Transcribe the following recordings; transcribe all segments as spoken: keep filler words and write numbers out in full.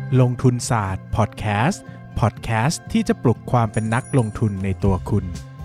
ลงทุนศาสตร์พอดแคสต์พอดแคสต์ที่จะปลุกความเป็นนักลงทุนในตัวคุณ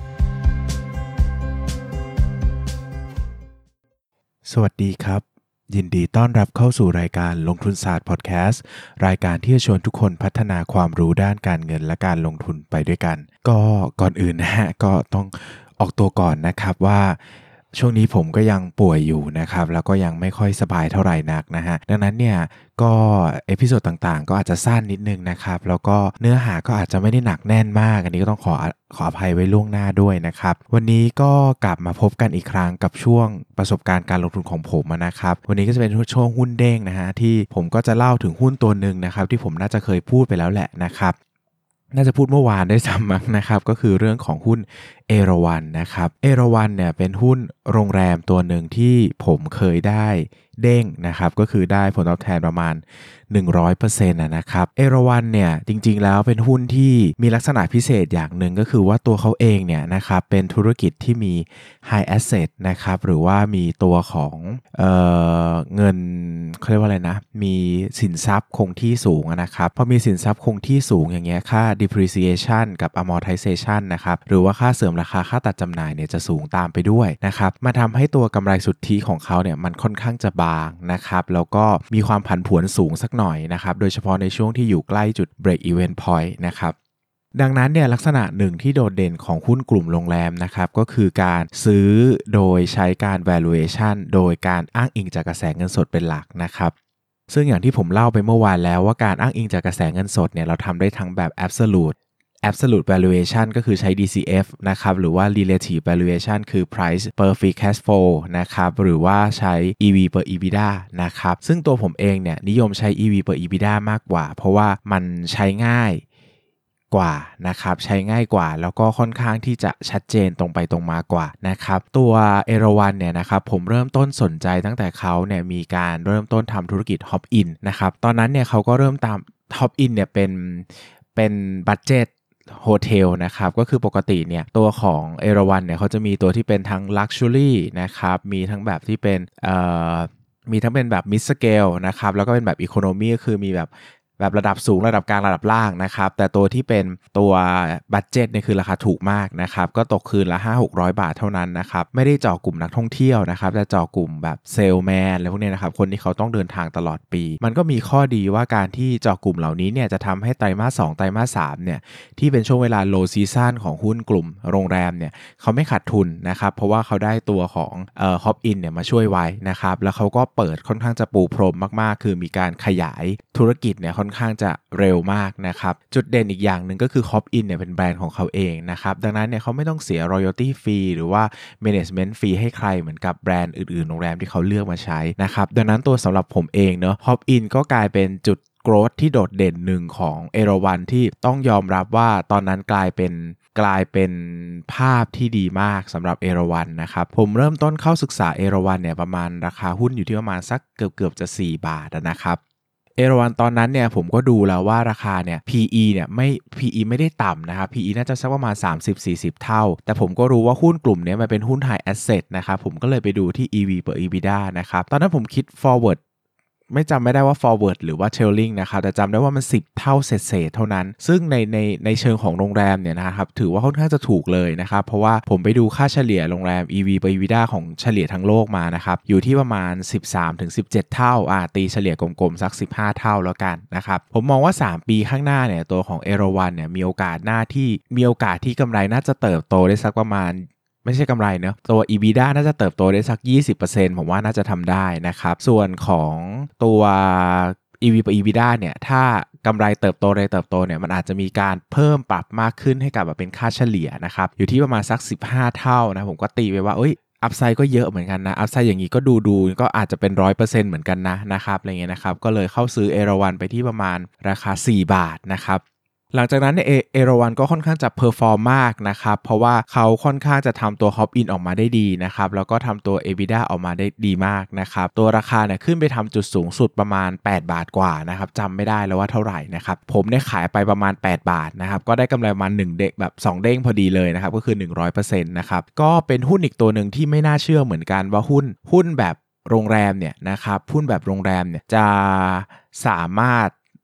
สวัสดีครับยินดีต้อนรับเข้าสู่รายการลงทุนศาสตร์พอดแคสต์รายการที่จะชวนทุกคนพัฒนาความรู้ด้านการเงินและการลงทุนไปด้วยกันก็ก่อนอื่นนะฮะก็ต้องออกตัวก่อนนะครับว่าช่วงนี้ผมก็ยังป่วยอยู่นะครับแล้วก็ยังไม่ค่อยสบายเท่าไหร่นักนะฮะดังนั้นเนี่ยก็เอพิโซดต่างๆก็อาจจะสั้นนิดนึงนะครับแล้วก็เนื้อหาก็อาจจะไม่ได้หนักแน่นมากอันนี้ก็ต้องขอขออภัยไว้ล่วงหน้าด้วยนะครับวันนี้ก็กลับมาพบกันอีกครั้งกับช่วงประสบการณ์การลงทุนของผมนะครับวันนี้ก็จะเป็นช่วงหุ้นเด้งนะฮะที่ผมก็จะเล่าถึงหุ้นตัวนึงนะครับที่ผมน่าจะเคยพูดไปแล้วแหละนะครับน่าจะพูดเมื่อวานได้ซ้ำมั้งนะครับก็คือเรื่องของหุ้นเอราวัณนะครับเอราวัณเนี่ยเป็นหุ้นโรงแรมตัวหนึ่งที่ผมเคยได้เด้งนะครับก็คือได้ผลตอบแทนประมาณ หนึ่งร้อยเปอร์เซ็นต์ นะครับเอราวัณเนี่ยจริงๆแล้วเป็นหุ้นที่มีลักษณะพิเศษอย่างหนึ่งก็คือว่าตัวเขาเองเนี่ยนะครับเป็นธุรกิจที่มี high asset นะครับหรือว่ามีตัวของเอ่อเงินเขาเรียกว่าอะไรนะมีสินทรัพย์คงที่สูงนะครับพอมีสินทรัพย์คงที่สูงอย่างเงี้ยค่า depreciation กับ amortization นะครับหรือว่าค่าเสริมราคาค่าตัดจำหน่ายเนี่ยจะสูงตามไปด้วยนะครับมาทำให้ตัวกำไรสุทธิของเขาเนี่ยมันค่อนข้างจะบางนะครับแล้วก็มีความผันผวนสูงสักหน่อยนะครับโดยเฉพาะในช่วงที่อยู่ใกล้จุด break even point นะครับดังนั้นเนี่ยลักษณะหนึ่งที่โดดเด่นของหุ้นกลุ่มโรงแรมนะครับก็คือการซื้อโดยใช้การ valuation โดยการอ้างอิงจากกระแสเงินสดเป็นหลักนะครับซึ่งอย่างที่ผมเล่าไปเมื่อวานแล้วว่าการอ้างอิงจากกระแสเงินสดเนี่ยเราทำได้ทั้งแบบ absolute absolute valuation ก็คือใช้ ดี ซี เอฟ นะครับหรือว่า relative valuation คือ price per free cash flow นะครับหรือว่าใช้ อี วี per อี บี ดี เอ นะครับซึ่งตัวผมเองเนี่ยนิยมใช้ อี วี per อี บี ดี เอ มากกว่าเพราะว่ามันใช้ง่ายกว่านะครับใช้ง่ายกว่าแล้วก็ค่อนข้างที่จะชัดเจนตรงไปตรงมากว่านะครับตัวเอราวัณเนี่ยนะครับผมเริ่มต้นสนใจตั้งแต่เขาเนี่ยมีการเริ่มต้นทำธุรกิจ Hop In นะครับตอนนั้นเนี่ยเขาก็เริ่มตาม Hop In เนี่ยเป็นเป็นบัดเจ็ตโฮเทลนะครับก็คือปกติเนี่ยตัวของเอราวัณเนี่ยเขาจะมีตัวที่เป็นทั้ง Luxury นะครับมีทั้งแบบที่เป็นเอ่อมีทั้งเป็นแบบ Mid Scale นะครับแล้วก็เป็นแบบ Economy ก็คือมีแบบแบบระดับสูงระดับกลางระดับล่างนะครับแต่ตัวที่เป็นตัวบัดเจ็ตเนี่ยคือราคาถูกมากนะครับก็ตกคืนละ ห้าถึงหกร้อย บาทเท่านั้นนะครับไม่ได้เจาะกลุ่มนักท่องเที่ยวนะครับแต่เจาะกลุ่มแบบเซลแมนอะไรพวกนี้นะครับคนที่เขาต้องเดินทางตลอดปีมันก็มีข้อดีว่าการที่เจาะกลุ่มเหล่านี้เนี่ยจะทำให้ไตรมาสสองไตรมาสสามเนี่ยที่เป็นช่วงเวลา low season ของหุ้นกลุ่มโรงแรมเนี่ยเขาไม่ขาดทุนนะครับเพราะว่าเขาได้ตัวของเอ่อ Hop In เนี่ยมาช่วยไว้นะครับแล้วเขาก็เปิดค่อนข้างจะปูพรมมากๆคือมีการขยายธุรกิจเนี่ยค่อนข้างจะเร็วมากนะครับจุดเด่นอีกอย่างหนึ่งก็คือ Hop In เนี่ยเป็นแบรนด์ของเขาเองนะครับดังนั้นเนี่ยเขาไม่ต้องเสีย royalty fee หรือว่า management fee ให้ใครเหมือนกับแบรนด์อื่นๆโรงแรมที่เขาเลือกมาใช้นะครับดังนั้นตัวสำหรับผมเองเนาะ Hop In ก็กลายเป็นจุด growth ที่โดดเด่นหนึ่งของเอราวัณที่ต้องยอมรับว่าตอนนั้นกลายเป็นกลายเป็นภาพที่ดีมากสำหรับเอราวัณนะครับผมเริ่มต้นเข้าศึกษาเอราวัณเนี่ยประมาณราคาหุ้นอยู่ที่ประมาณสักเกือบๆจะสี่บาทนะครับเอราวัณตอนนั้นเนี่ยผมก็ดูแล้วว่าราคาเนี่ย พี อี เนี่ยไม่ พี อี ไม่ได้ต่ำนะครับ พี อี น่าจะสักประมาณ สามสิบถึงสี่สิบ เท่าแต่ผมก็รู้ว่าหุ้นกลุ่มนี้มันเป็นหุ้น high asset นะครับผมก็เลยไปดูที่ อี วี per อี บี ดี เอ นะครับตอนนั้นผมคิด forwardไม่จำไม่ได้ว่า forward หรือว่า trailing นะครับแต่จำได้ว่ามันสิบเท่าเศษๆเท่านั้นซึ่งในในในเชิงของโรงแรมเนี่ยนะครับถือว่าค่อนข้างจะถูกเลยนะครับเพราะว่าผมไปดูค่าเฉลี่ยโรงแรม อี วี per อี บี ดี เอ ของเฉลี่ยทั้งโลกมานะครับอยู่ที่ประมาณ สิบสามถึงสิบเจ็ด เท่าอ่าตีเฉลี่ยกลมๆสักสิบห้าเท่าแล้วกันนะครับผมมองว่าสามปีข้างหน้าเนี่ยตัวของเอราวัณเนี่ยมีโอกาสหน้าที่มีโอกาสที่กำไรน่าจะเติบโตได้สักประมาณไม่ใช่กำไรเนอะตัว อี บี ดี เอ น่าจะเติบโตได้สัก ยี่สิบเปอร์เซ็นต์ ผมว่าน่าจะทำได้นะครับส่วนของตัว อี วี per อี บี ดี เอ เนี่ยถ้ากำไรเติบโตเลยเติบโตเนี่ยมันอาจจะมีการเพิ่มปรับมากขึ้นให้กับแบบเป็นค่าเฉลี่ยนะครับอยู่ที่ประมาณสักสิบห้าเท่านะผมก็ตีไปว่าเอ้ยอัพไซด์ก็เยอะเหมือนกันนะอัพไซด์อย่างนี้ก็ดูดูก็อาจจะเป็น หนึ่งร้อยเปอร์เซ็นต์ เหมือนกันนะนะครับอะไรเงี้ยนะครับก็เลยเข้าซื้อเอราวัณไปที่ประมาณราคาสี่บาทนะครับหลังจากนั้นเนี่ยเอราวัณก็ค่อนข้างจะเพอร์ฟอร์มมากนะครับเพราะว่าเขาค่อนข้างจะทำตัว Hop In ออกมาได้ดีนะครับแล้วก็ทำตัว อี บี ดี เอ ออกมาได้ดีมากนะครับตัวราคาเนี่ยขึ้นไปทำจุดสูงสุดประมาณแปดบาทกว่านะครับจำไม่ได้แล้วว่าเท่าไหร่นะครับผมได้ขายไปประมาณแปดบาทนะครับก็ได้กำไรประมาณหนึ่งเด้งแบบสองเด้งพอดีเลยนะครับก็คือ หนึ่งร้อยเปอร์เซ็นต์ นะครับก็เป็นหุ้นอีกตัวหนึ่งที่ไม่น่าเชื่อเหมือนกันว่าหุ้นหุ้นแบบโรงแรมเนี่ยนะครับหุ้นแบบโรงแรมเนี่ยจะสามารถ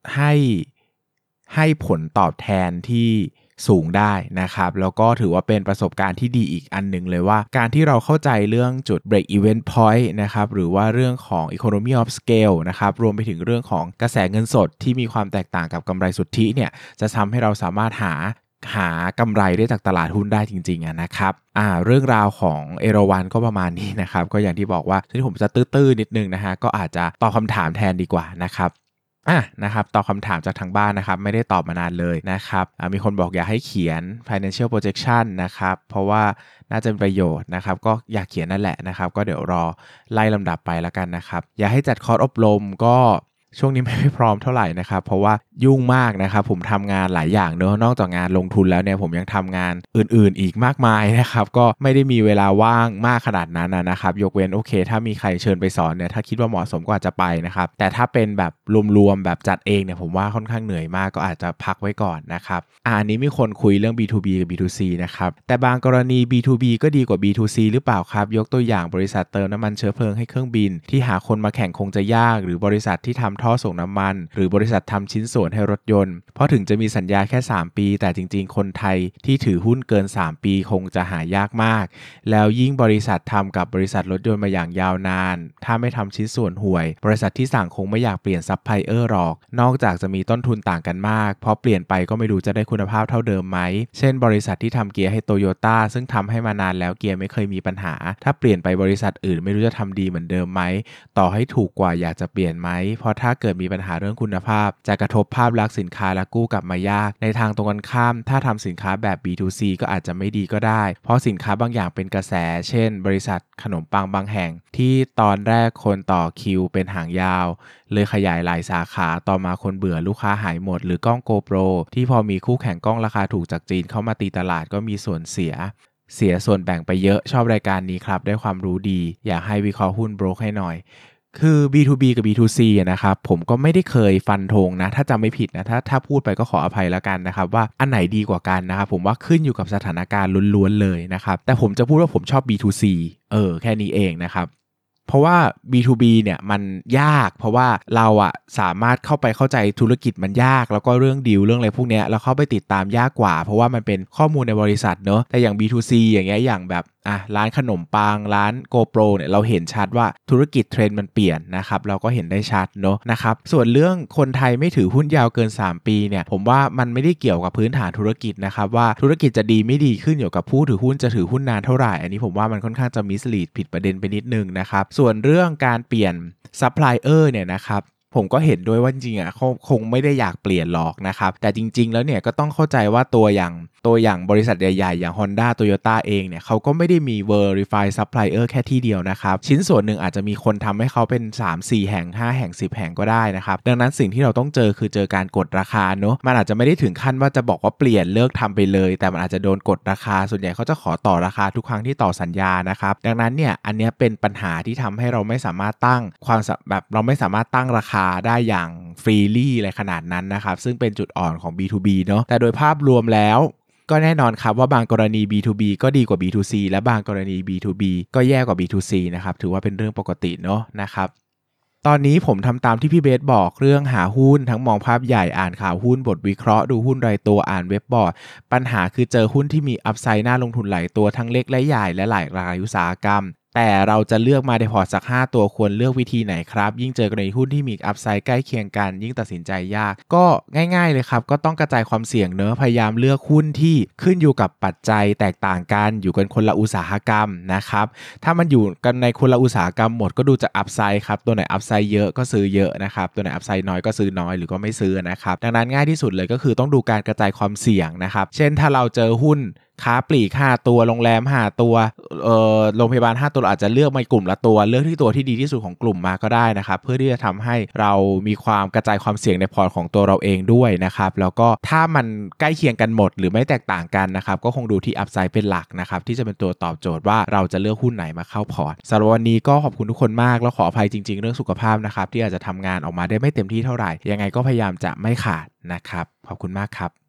ให้ให้ผลตอบแทนที่สูงได้นะครับแล้วก็ถือว่าเป็นประสบการณ์ที่ดีอีกอันหนึ่งเลยว่าการที่เราเข้าใจเรื่องจุด break even point นะครับหรือว่าเรื่องของ economy of scale นะครับรวมไปถึงเรื่องของกระแสเงินสดที่มีความแตกต่างกับกำไรสุทธิเนี่ยจะทำให้เราสามารถหาหากำไรได้จากตลาดหุ้นได้จริงๆนะครับอ่าเรื่องราวของเอราวันก็ประมาณนี้นะครับก็อย่างที่บอกว่าที่ผมจะตื้อๆนิดนึงนะฮะก็อาจจะตอบคำถามแทนดีกว่านะครับอ่ะนะครับตอบคำถามจากทางบ้านนะครับไม่ได้ตอบมานานเลยนะครับมีคนบอกอยากให้เขียน financial projection นะครับเพราะว่าน่าจะเป็นประโยชน์นะครับก็อยากเขียนนั่นแหละนะครับก็เดี๋ยวรอไล่ลำดับไปแล้วกันนะครับอยากให้จัดคอร์สอบรมก็ช่วงนี้ไม่พร้อมเท่าไหร่นะครับเพราะว่ายุ่งมากนะครับผมทำงานหลายอย่างเนอะนอกจากงานลงทุนแล้วเนี่ยผมยังทำงานอื่นๆอีกมากมายนะครับก็ไม่ได้มีเวลาว่างมากขนาดนั้นนะครับยกเว้นโอเคถ้ามีใครเชิญไปสอนเนี่ยถ้าคิดว่าเหมาะสมก็อาจจะไปนะครับแต่ถ้าเป็นแบบรวมๆแบบจัดเองเนี่ยผมว่าค่อนข้างเหนื่อยมากก็อาจจะพักไว้ก่อนนะครับอ่าอันนี้มีคนคุยเรื่อง บี ทู บี กับ บี ทู ซี นะครับแต่บางกรณี บี ทู บี ก็ดีกว่า บี ทู ซี หรือเปล่าครับยกตัวอย่างบริษัทเติมน้ำมันเชื้อเพลิงให้เครื่องบินที่หาคนมาแข่งคงจะยากหรือบริษัทที่ทำท่อส่งน้ำมันหรือบริษัททำชิ้นส่วนให้รถยนต์เพราะถึงจะมีสัญญาแค่สามปีแต่จริงๆคนไทยที่ถือหุ้นเกินสามปีคงจะหายากมากแล้วยิ่งบริษัททำกับบริษัทรถยนต์มาอย่างยาวนานถ้าไม่ทำชิ้นส่วนห่วยบริษัทที่สั่งคงไม่อยากเปลี่ยนซัพพลายเออร์หรอกนอกจากจะมีต้นทุนต่างกันมากเพราะเปลี่ยนไปก็ไม่รู้จะได้คุณภาพเท่าเดิมไหมเช่นบริษัทที่ทำเกียร์ให้โตโยต้าซึ่งทำให้มานานแล้วเกียร์ไม่เคยมีปัญหาถ้าเปลี่ยนไปบริษัทอื่นไม่รู้จะทำดีเหมือนเดิมไหมต่อให้ถูกกว่าอยากจะเปลี่ยนไหมเพราะถ้าเกิดมีปัญหาเรื่องคุณภาพจะกระทบภาพลักษณ์สินค้าและกู้กลับมายากในทางตรงกันข้ามถ้าทำสินค้าแบบ บี ทู ซี ก็อาจจะไม่ดีก็ได้เพราะสินค้าบางอย่างเป็นกระแสเช่นบริษัทขนมปังบางแห่งที่ตอนแรกคนต่อคิวเป็นหางยาวเลยขยายหลายสาขาต่อมาคนเบื่อลูกค้าหายหมดหรือกล้อง GoPro ที่พอมีคู่แข่งกล้องราคาถูกจากจีนเข้ามาตีตลาดก็มีส่วนเสียเสียส่วนแบ่งไปเยอะชอบรายการนี้ครับได้ความรู้ดีอยากให้วิเคราะห์หุ้นโบรกให้หน่อยคือ บี ทู บี กับ บี ทู ซี นะครับผมก็ไม่ได้เคยฟันธงนะถ้าจำไม่ผิดนะถ้าถ้าพูดไปก็ขออภัยแล้วกันนะครับว่าอันไหนดีกว่ากันนะครับผมว่าขึ้นอยู่กับสถานการณ์ล้วนๆเลยนะครับแต่ผมจะพูดว่าผมชอบ บี ทู ซี เออแค่นี้เองนะครับเพราะว่า บี ทู บี เนี่ยมันยากเพราะว่าเราอะสามารถเข้าไปเข้าใจธุรกิจมันยากแล้วก็เรื่องดีลเรื่องอะไรพวกเนี้ยเราเข้าไปติดตามยากกว่าเพราะว่ามันเป็นข้อมูลในบริษัทเนอะแต่อย่าง บี ทู ซี อย่างเงี้ยอย่างแบบอ่ะร้านขนมปังร้าน GoPro เนี่ยเราเห็นชัดว่าธุรกิจเทรนด์มันเปลี่ยนนะครับเราก็เห็นได้ชัดเนอะนะครับส่วนเรื่องคนไทยไม่ถือหุ้นยาวเกินสามปีเนี่ยผมว่ามันไม่ได้เกี่ยวกับพื้นฐานธุรกิจนะครับว่าธุรกิจจะดีไม่ดีขึ้นอยู่กับผู้ถือหุ้นจะถือหุ้นนานเท่าไหร่อันนี้ผมว่ามันค่อนข้างจะมิสลีดผิดประเด็นไปนิดนึงนะครับส่วนเรื่องการเปลี่ยนซัพพลายเออร์เนี่ยนะครับผมก็เห็นด้วยว่าจริงๆอ่ะเขาคงไม่ได้อยากเปลี่ยนหรอกนะครับแต่จริงๆแล้วเนี่ยก็ต้องเข้าใจว่าตัวอย่างตัวอย่างบริษัทใหญ่ๆอย่าง Honda Toyota เองเนี่ยเขาก็ไม่ได้มี Verified Supplier แค่ที่เดียวนะครับชิ้นส่วนหนึ่งอาจจะมีคนทำให้เขาเป็น สามสี่ แห่งห้าแห่งสิบแห่งก็ได้นะครับดังนั้นสิ่งที่เราต้องเจอคือเจอการกดราคาเนอะมันอาจจะไม่ได้ถึงขั้นว่าจะบอกว่าเปลี่ยนเลิกทำไปเลยแต่มันอาจจะโดนกดราคาส่วนใหญ่เขาจะขอต่อราคาทุกครั้งที่ต่อสัญญานะครับดังนั้นเนี่ยอันนี้เป็นปัญหาที่ทำให้เราไม่สามารถตั้งความแบบเราไม่สามารถตั้งราคาได้อย่างฟรีลี่อะไรขนาดนั้นนะครับซึ่งเป็นจุดอ่อนของ บี ทู บี เนอะแต่โดยภาพรวมแล้วก็แน่นอนครับว่าบางกรณี บี ทู บี ก็ดีกว่า บี ทู ซี และบางกรณี บี ทู บี ก็แย่กว่า บี ทู ซี นะครับถือว่าเป็นเรื่องปกติเนอะนะครับตอนนี้ผมทำตามที่พี่เบสบอกเรื่องหาหุ้นทั้งมองภาพใหญ่อ่านข่าวหุ้นบทวิเคราะห์ดูหุ้นรายตัวอ่านเว็บบอร์ดปัญหาคือเจอหุ้นที่มีอัพไซด์น่าลงทุนหลายตัวทั้งเล็กและใหญ่และหลายรายอุตสาหกรรมแต่เราจะเลือกมาในพอร์ตสักห้าตัวควรเลือกวิธีไหนครับยิ่งเจอกรณีหุ้นที่มีอัพไซด์ใกล้เคียงกันยิ่งตัดสินใจยากก็ง่ายๆเลยครับก็ต้องกระจายความเสี่ยงเนอะพยายามเลือกหุ้นที่ขึ้นอยู่กับปัจจัยแตกต่างกันอยู่กันคนละอุตสาหกรรมนะครับถ้ามันอยู่กันในคนละอุตสาหกรรมหมดก็ดูจากอัพไซด์ครับตัวไหนอัพไซด์เยอะก็ซื้อเยอะนะครับตัวไหนอัพไซด์น้อยก็ซื้อน้อยหรือก็ไม่ซื้อนะครับดังนั้นง่ายที่สุดเลยก็คือต้องดูการกระจายความเสี่ยงนะครับเช่นถ้าเราเจอหุ้นค้าปลีกห้าตัวโรงแรมห้าตัวเอ่อโรงพยาบาลห้าตัวเราอาจจะเลือกมากลุ่มละตัวเลือกที่ตัวที่ดีที่สุดของกลุ่มมาก็ได้นะครับเพื่อที่จะทำให้เรามีความกระจายความเสี่ยงในพอร์ตของตัวเราเองด้วยนะครับแล้วก็ถ้ามันใกล้เคียงกันหมดหรือไม่แตกต่างกันนะครับก็คงดูที่อัพไซด์เป็นหลักนะครับที่จะเป็นตัวตอบโจทย์ว่าเราจะเลือกหุ้นไหนมาเข้าพอร์ตสำหรับวันนี้ก็ขอบคุณทุกคนมากแล้วขออภัยจริงๆเรื่องสุขภาพนะครับที่อาจจะทำงานออกมาได้ไม่เต็มที่เท่าไหร่ยังไงก็พยายามจะไม่ขาดนะครับขอบคุณมากครับ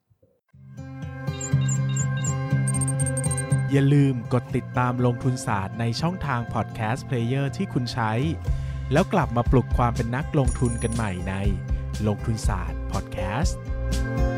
อย่าลืมกดติดตามลงทุนศาสตร์ในช่องทางพอดแคสต์เพลเยอร์ที่คุณใช้แล้วกลับมาปลุกความเป็นนักลงทุนกันใหม่ในลงทุนศาสตร์พอดแคสต์